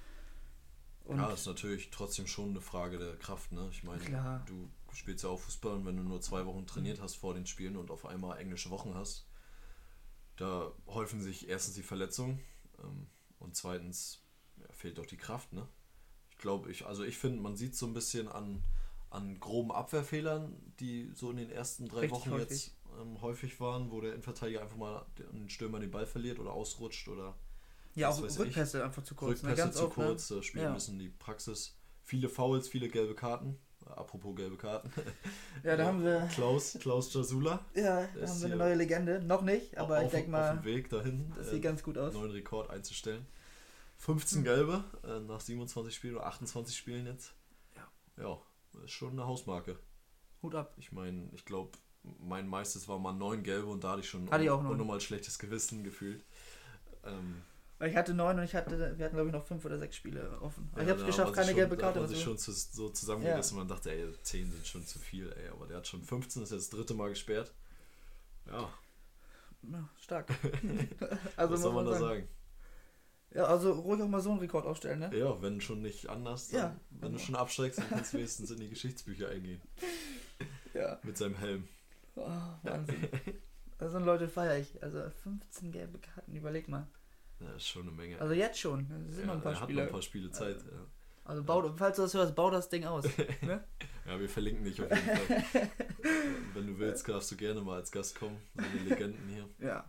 Und Ja, ist natürlich trotzdem schon eine Frage der Kraft, ne? Ich meine, Klar. du spielst ja auch Fußball und wenn du nur zwei Wochen trainiert hast vor den Spielen und auf einmal englische Wochen hast, da häufen sich erstens die Verletzungen ähm, und zweitens ja, fehlt doch die Kraft, ne? Ich glaube, ich, also ich finde, man sieht so ein bisschen an, an groben Abwehrfehlern, die so in den ersten drei Richtig Wochen häufig. jetzt ähm, häufig waren, wo der Innenverteidiger einfach mal den Stürmer den Ball verliert oder ausrutscht oder ja, was auch weiß ich. Rückpässe einfach zu kurz. ne? Rückpässe Ganz zu oft, ne? kurz, da spielen Ja. ein bisschen die Praxis. Viele Fouls, viele gelbe Karten. Äh, Apropos gelbe Karten. Ja, da haben wir, Klaus, Klaus Jasula. ja, da ist haben wir hier eine neue Legende. Noch nicht, aber auf, ich denke auf mal, dem Weg dahin, das äh, sieht ganz gut aus. neuen Rekord einzustellen. fünfzehn Hm. gelbe äh, nach siebenundzwanzig Spielen oder achtundzwanzig Spielen jetzt. Ja. Ja, ist schon eine Hausmarke. Hut ab. Ich meine, ich glaube, mein meistes war mal neun gelbe und da hatte ich schon Hatte ich auch neun. unnormal schlechtes Gewissen gefühlt. Ähm, Weil ich hatte neun und ich hatte, wir hatten glaube ich noch fünf oder sechs Spiele offen. Aber Ja, ich habe es da geschafft, hat man keine sich gelbe schon, Karte Da hat zu man sich schon zu, so zusammengerissen Ja. und man dachte, ey, zehn sind schon zu viel, ey. Aber der hat schon fünfzehn, ist jetzt das dritte Mal gesperrt. Ja, Ja, stark. also was soll man da sagen. sagen? Ja, also ruhig auch mal so einen Rekord aufstellen, ne? Ja, wenn schon nicht anders, dann, Ja. wenn du schon absteigst, dann kannst du wenigstens in die Geschichtsbücher eingehen. Ja. Mit seinem Helm. Oh, Wahnsinn. Also Leute feiere ich. Also fünfzehn gelbe Karten, überleg mal. Ja, ist schon eine Menge. Also jetzt schon. Es sind ja, noch ein paar er hat Spiele. noch ein paar Spiele Zeit. Ja. Also bau, falls du das hörst, bau das Ding aus. Ne? ja, wir verlinken dich auf jeden Fall. Wenn du willst, darfst du gerne mal als Gast kommen. So eine Legenden hier. Ja.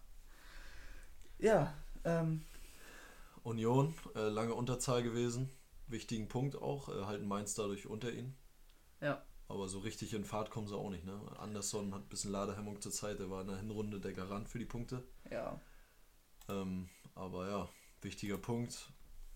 Ja, ähm, Union, äh, lange Unterzahl gewesen. Wichtigen Punkt auch. Äh, halten Mainz dadurch unter ihnen. ja. Aber so richtig in Fahrt kommen sie auch nicht. Ne? Anderson hat ein bisschen Ladehemmung zur Zeit. Der war in der Hinrunde der Garant für die Punkte. Ja. Ähm, aber ja, wichtiger Punkt.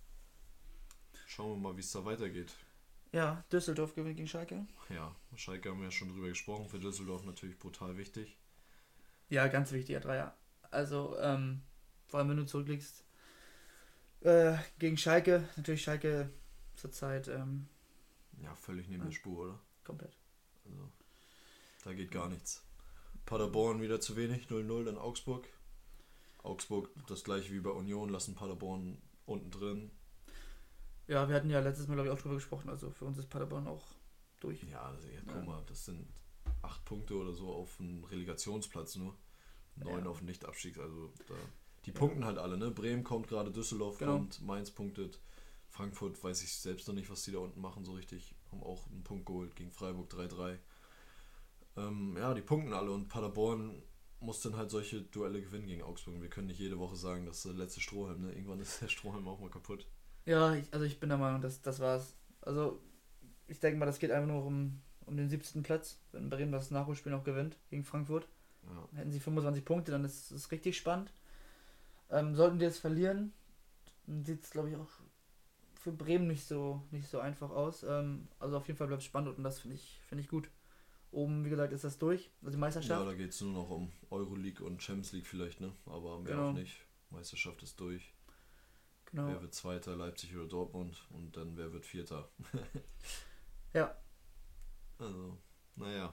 Schauen wir mal, wie es da weitergeht. Ja, Düsseldorf gewinnt gegen Schalke. Ja, Schalke haben wir ja schon drüber gesprochen. Für Düsseldorf natürlich brutal wichtig. Ja, ganz wichtiger Dreier. Also, ähm, vor allem wenn du zurückliegst äh, gegen Schalke, natürlich Schalke zurzeit ähm, Ja, völlig neben der Spur, oder? komplett. Also, da geht gar nichts. Paderborn wieder zu wenig, null null in Augsburg. Augsburg das gleiche wie bei Union, lassen Paderborn unten drin. Ja, wir hatten ja letztes Mal, glaube ich, auch drüber gesprochen. Also für uns ist Paderborn auch durch. Ja, also, ja, guck Ja. mal, das sind acht Punkte oder so auf einen Relegationsplatz nur. Neun Ja. auf den Nicht-Abstiegs. Also da, die Ja. punkten halt alle, ne? Bremen kommt gerade, Düsseldorf Genau. kommt, Mainz punktet. Frankfurt weiß ich selbst noch nicht, was die da unten machen so richtig. haben auch einen Punkt geholt gegen Freiburg drei drei. Ähm, ja, die punkten alle und Paderborn muss dann halt solche Duelle gewinnen gegen Augsburg. Wir können nicht jede Woche sagen, das ist der letzte Strohhalm, ne? Irgendwann ist der Strohhalm auch mal kaputt. Ja, ich, also ich bin der Meinung, dass das war's. Also ich denke mal, das geht einfach nur um, um den siebten Platz, wenn Bremen das Nachholspiel noch gewinnt gegen Frankfurt. Ja. Hätten sie fünfundzwanzig Punkte, dann ist es richtig spannend. Ähm, sollten die jetzt verlieren, dann sieht es, glaube ich, auch für Bremen nicht so nicht so einfach aus. Ähm, also auf jeden Fall bleibt es spannend und das finde ich, finde ich gut. Oben, wie gesagt, ist das durch, also die Meisterschaft. Ja, da geht es nur noch um Euroleague und Champions League vielleicht, ne? Aber mehr Genau. auch nicht. Meisterschaft ist durch. Genau. Wer wird Zweiter, Leipzig oder Dortmund? Und dann wer wird Vierter? Ja. Also, naja.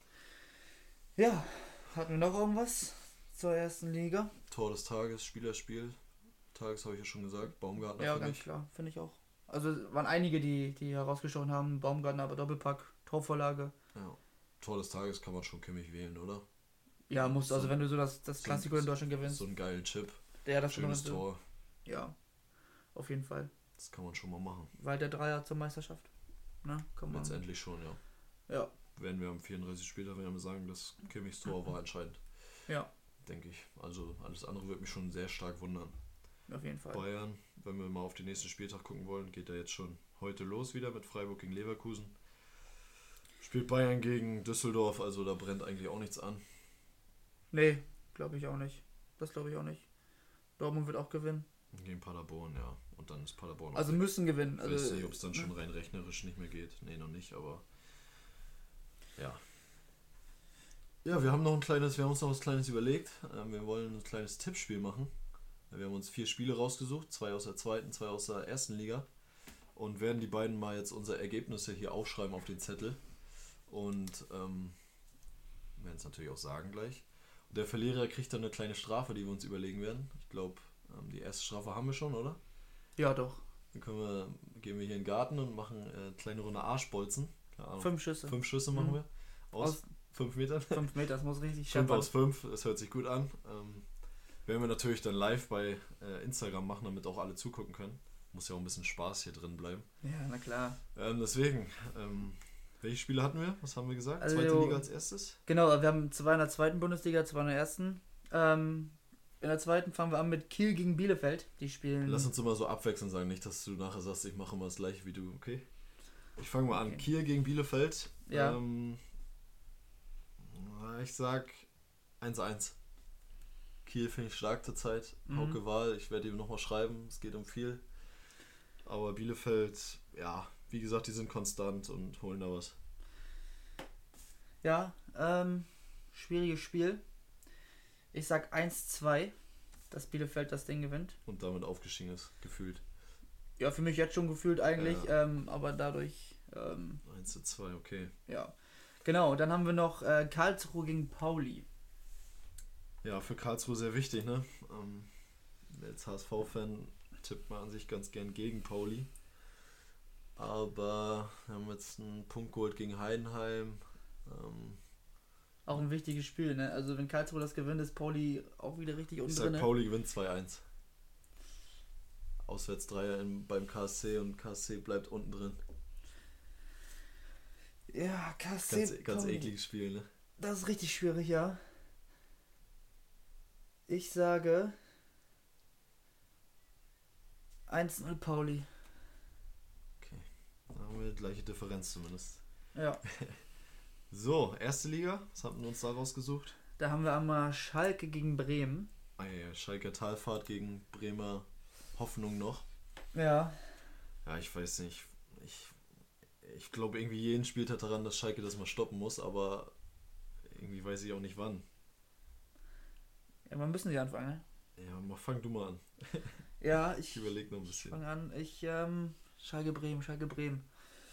Ja, hatten wir noch irgendwas zur ersten Liga? Tor des Tages, Spielerspiel. Tages habe ich ja schon gesagt. Baumgartner Ja, für ganz mich. klar, finde ich auch. Also es waren einige, die, die herausgestochen haben. Baumgartner, aber Doppelpack, Torvorlage. Ja. Tor des Tages kann man schon Kimmich wählen, oder? Ja, musst du, So- also wenn du so das, das so- Klassiko in Deutschland gewinnst. So einen geilen Chip. der das Schönes schon Tor. Ja, auf jeden Fall. Das kann man schon mal machen. Weil der Dreier zur Meisterschaft. Ne, kann man. Letztendlich schon, ja. Ja, Werden wir am vierunddreißig Spieltag werden wir sagen, dass Kimmichs Tor war entscheidend. ja, Denke ich. Also alles andere wird mich schon sehr stark wundern. auf jeden Fall. Bayern, wenn wir mal auf den nächsten Spieltag gucken wollen, geht er jetzt schon heute los wieder mit Freiburg gegen Leverkusen. Spielt Bayern gegen Düsseldorf, also da brennt eigentlich auch nichts an. Nee, glaube ich auch nicht. Das glaube ich auch nicht. Dortmund wird auch gewinnen. Gegen Paderborn, ja. Und dann ist Paderborn Also auch weg. müssen gewinnen. Ich weiß Also, nicht, ob es dann schon rein rechnerisch nicht mehr geht. Nee, noch nicht, aber ja. Ja, wir haben noch ein kleines, wir haben uns noch was Kleines überlegt. Ähm, wir wollen ein kleines Tippspiel machen. Wir haben uns vier Spiele rausgesucht, zwei aus der zweiten, zwei aus der ersten Liga. Und werden die beiden mal jetzt unsere Ergebnisse hier aufschreiben auf den Zettel. Und ähm, werden es natürlich auch sagen gleich. Und der Verlierer kriegt dann eine kleine Strafe, die wir uns überlegen werden. Ich glaube, ähm, die erste Strafe haben wir schon, oder? ja, doch. Dann können wir, gehen wir hier in den Garten und machen äh, eine kleine Runde Arschbolzen. Keine Ahnung. Fünf Schüsse. Fünf Schüsse machen Mhm. wir. Aus, Aus fünf Metern. fünf Meter, das muss richtig Fünf scheppern. aus fünf, das hört sich gut an. Ähm, werden wir natürlich dann live bei äh, Instagram machen, damit auch alle zugucken können. Muss ja auch ein bisschen Spaß hier drin bleiben. Ja, na klar. Ähm, deswegen, ähm, welche Spiele hatten wir? Was haben wir gesagt? Also- Zweite Liga als erstes? Genau, wir haben zwei in der zweiten Bundesliga, zwei in der ersten. Ähm, in der zweiten fangen wir an mit Kiel gegen Bielefeld. Die spielen. Lass uns immer so abwechselnd sagen, nicht, dass du nachher sagst, ich mache immer das gleiche wie du, okay? Ich fange mal an. Okay. Kiel gegen Bielefeld. Ja. Ähm, ich sag eins eins. Kiel finde ich stark zur Zeit. Mhm. Hauke Wahl, ich werde ihm nochmal schreiben, es geht um viel. Aber Bielefeld, ja, wie gesagt, die sind konstant und holen da was. Ja, ähm, schwieriges Spiel. Ich sag eins zwei, dass Bielefeld das Ding gewinnt. Und damit aufgestiegen ist, gefühlt. Ja, für mich jetzt schon gefühlt eigentlich, Ja. ähm, aber dadurch, ähm, eins zu zwei, okay. ja. Genau, dann haben wir noch äh, Karlsruhe gegen Pauli. Ja, für Karlsruhe sehr wichtig, ne? Ähm, als H S V-Fan tippt man an sich ganz gern gegen Pauli. Aber wir haben jetzt einen Punkt geholt gegen Heidenheim. Ähm, Auch ein wichtiges Spiel, ne? Also wenn Karlsruhe das gewinnt, ist Pauli auch wieder richtig ich unten sag, drin. Ne? Pauli gewinnt zwei eins. Auswärtsdreier im, beim K S C und K S C bleibt unten drin. Ja, K S C. Ganz, ganz Pauli. ekliges Spiel, ne? Das ist richtig schwierig, ja. Ich sage eins null Pauli. Da haben wir die gleiche Differenz zumindest. Ja. So, erste Liga. Was haben wir uns da rausgesucht? Da haben wir einmal Schalke gegen Bremen. Ah ja, Schalker Talfahrt gegen Bremer Hoffnung noch. Ja. Ja, ich weiß nicht. Ich, ich glaube irgendwie jeden Spieltag daran, dass Schalke das mal stoppen muss, aber irgendwie weiß ich auch nicht wann. Ja, wann müssen sie anfangen, ne? Ja, mal fang du mal an. Ja, Ich ich überlege noch ein bisschen. fange an. Ich, ähm, Schalke Bremen, Schalke Bremen.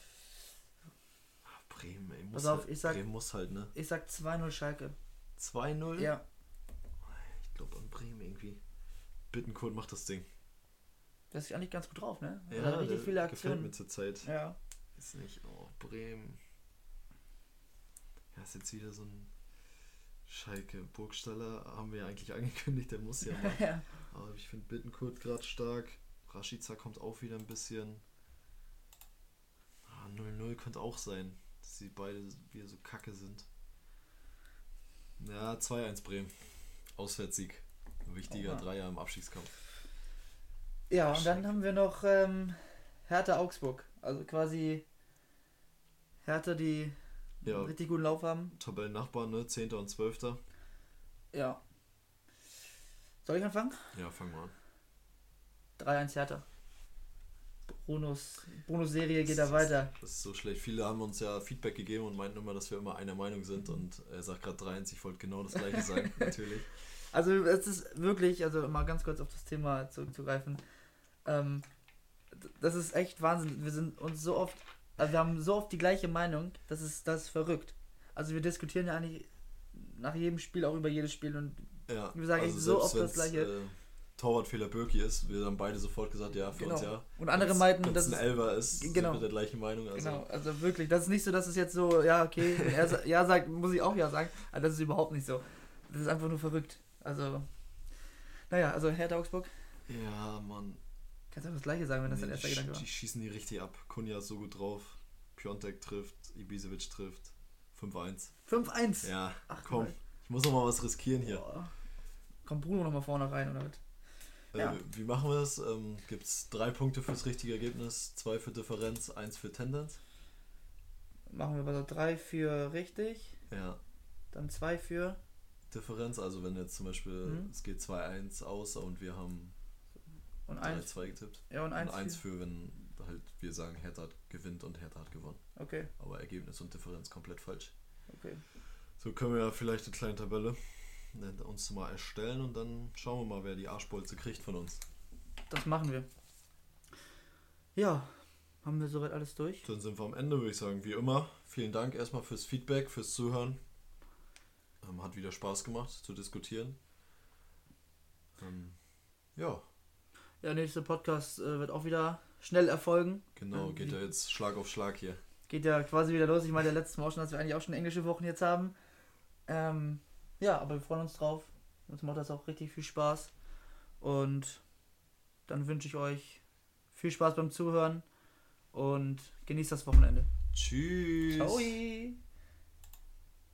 Ah, Bremen, ey, muss Pass auf, halt, ich sag- Bremen muss halt, ne? Ich sag zwei null Schalke. zwei null? Ja. Ich glaube an Bremen irgendwie. Bittencourt macht das Ding. Das ist eigentlich ganz gut drauf, ne? Ja, Hat richtig der viele gefällt mir Aktionen. zurzeit. Ja. Ist nicht, oh, Bremen. Ja, ist jetzt wieder so ein Schalke. Burgstaller haben wir ja eigentlich angekündigt, der muss ja mal. Ja. Aber ich finde Bittencourt gerade stark. Rashica kommt auch wieder ein bisschen. Ah, null null könnte auch sein, dass sie beide wieder so kacke sind. Ja, zwei eins Bremen. Auswärtssieg. Ein wichtiger Oh. Dreier im Abstiegskampf. Ja, und dann haben wir noch ähm, Hertha Augsburg. Also quasi Hertha, die Ja. einen richtig guten Lauf haben. Tabellennachbarn, ne? Zehnter und Zwölfter. Ja. Soll ich anfangen? Ja, fangen wir an. drei eins Hertha. Brunos, Brunos Serie geht Das da weiter. Das ist so schlecht. Viele haben uns ja Feedback gegeben und meinten immer, dass wir immer einer Meinung sind. Und er sagt gerade drei eins, ich wollte genau das gleiche sagen, natürlich. Also es ist wirklich, also mal ganz kurz auf das Thema zurückzugreifen. Ähm, das ist echt Wahnsinn. Wir sind uns so oft, also wir haben so oft die gleiche Meinung, das ist, das ist verrückt. Also wir diskutieren ja eigentlich nach jedem Spiel auch über jedes Spiel und Ja, wir sagen also echt so selbst oft das wenn's, Gleiche. Äh, Torwartfehler Birki ist, wir haben beide sofort gesagt, ja, für Genau. uns ja. Und andere Wenn's- meinten, wenn's dass ein es- Elfer ist, genau. sind wir der gleichen Meinung. Also, Genau, also wirklich, das ist nicht so, dass es jetzt so, ja, okay, wenn er sa- ja sagt, muss ich auch ja sagen, aber das ist überhaupt nicht so. Das ist einfach nur verrückt. Also, naja, also Hertha Augsburg, Ja, Mann. kannst du auch das Gleiche sagen, wenn das Nee, dein erster die, Gedanke sch- war. die schießen die richtig ab. Kunja ist so gut drauf. Piontek trifft, Ibisevic trifft. fünf eins. fünf eins. Ja, Ach, komm. Mann. Ich muss noch mal was riskieren hier. Boah. Kommt Bruno nochmal vorne rein, oder was? Äh, Ja. Wie machen wir das? Ähm, Gibt es drei Punkte fürs richtige Ergebnis, zwei für Differenz, eins für Tendenz? Machen wir aber so drei für richtig, Ja, dann zwei für Differenz, also wenn jetzt zum Beispiel Mhm. es geht zwei eins aus und wir haben und drei eins. zwei getippt. Ja, und eins, Und eins für. für, wenn halt wir sagen, Hertha hat gewinnt und Hertha hat gewonnen. Okay, Aber Ergebnis und Differenz komplett falsch. okay. So können wir ja vielleicht eine kleine Tabelle äh, uns mal erstellen und dann schauen wir mal, wer die Arschbolze kriegt von uns. Das machen wir. Ja, haben wir soweit alles durch? Dann sind wir am Ende, würde ich sagen. Wie immer, vielen Dank erstmal fürs Feedback, fürs Zuhören. Ähm, hat wieder Spaß gemacht zu diskutieren. Ähm, ja, Ja, nächster Podcast äh, wird auch wieder schnell erfolgen. genau, Ähm, geht wie- ja jetzt Schlag auf Schlag hier. Geht ja quasi wieder los. Ich meine, der letzte Mal auch schon, dass wir eigentlich auch schon englische Wochen jetzt haben. Ähm, ja, aber wir freuen uns drauf. Uns macht das auch richtig viel Spaß. Und dann wünsche ich euch viel Spaß beim Zuhören und genießt das Wochenende. Tschüss. Ciao.